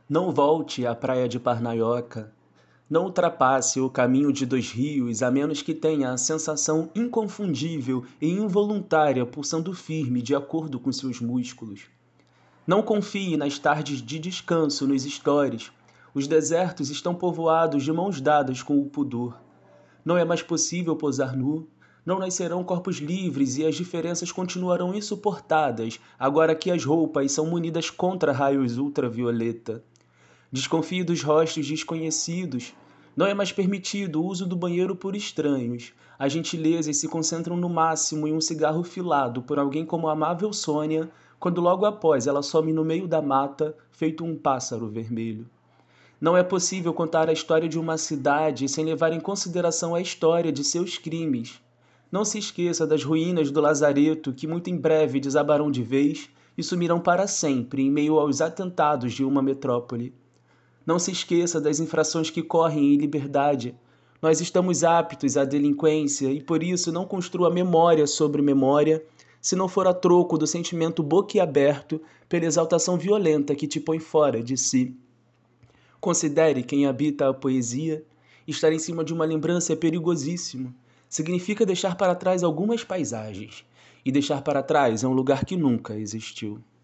Não volte à praia de Parnaioca. Não ultrapasse o caminho de dois rios, a menos que tenha a sensação inconfundível e involuntária pulsando firme de acordo com seus músculos. Não confie nas tardes de descanso nos stories. Os desertos estão povoados de mãos dadas com o pudor. Não é mais possível posar nu. Não nascerão corpos livres e as diferenças continuarão insuportadas, agora que as roupas são munidas contra raios ultravioleta. Desconfie dos rostos desconhecidos. Não é mais permitido o uso do banheiro por estranhos. As gentilezas se concentram no máximo em um cigarro filado por alguém como a amável Sônia, quando logo após ela some no meio da mata, feito um pássaro vermelho. Não é possível contar a história de uma cidade sem levar em consideração a história de seus crimes. Não se esqueça das ruínas do lazareto que muito em breve desabarão de vez e sumirão para sempre em meio aos atentados de uma metrópole. Não se esqueça das infrações que correm em liberdade. Nós estamos aptos à delinquência e por isso não construa memória sobre memória, se não for a troco do sentimento boquiaberto pela exaltação violenta que te põe fora de si. Considere quem habita a poesia. Estar em cima de uma lembrança é perigosíssimo. Significa deixar para trás algumas paisagens. E deixar para trás é um lugar que nunca existiu.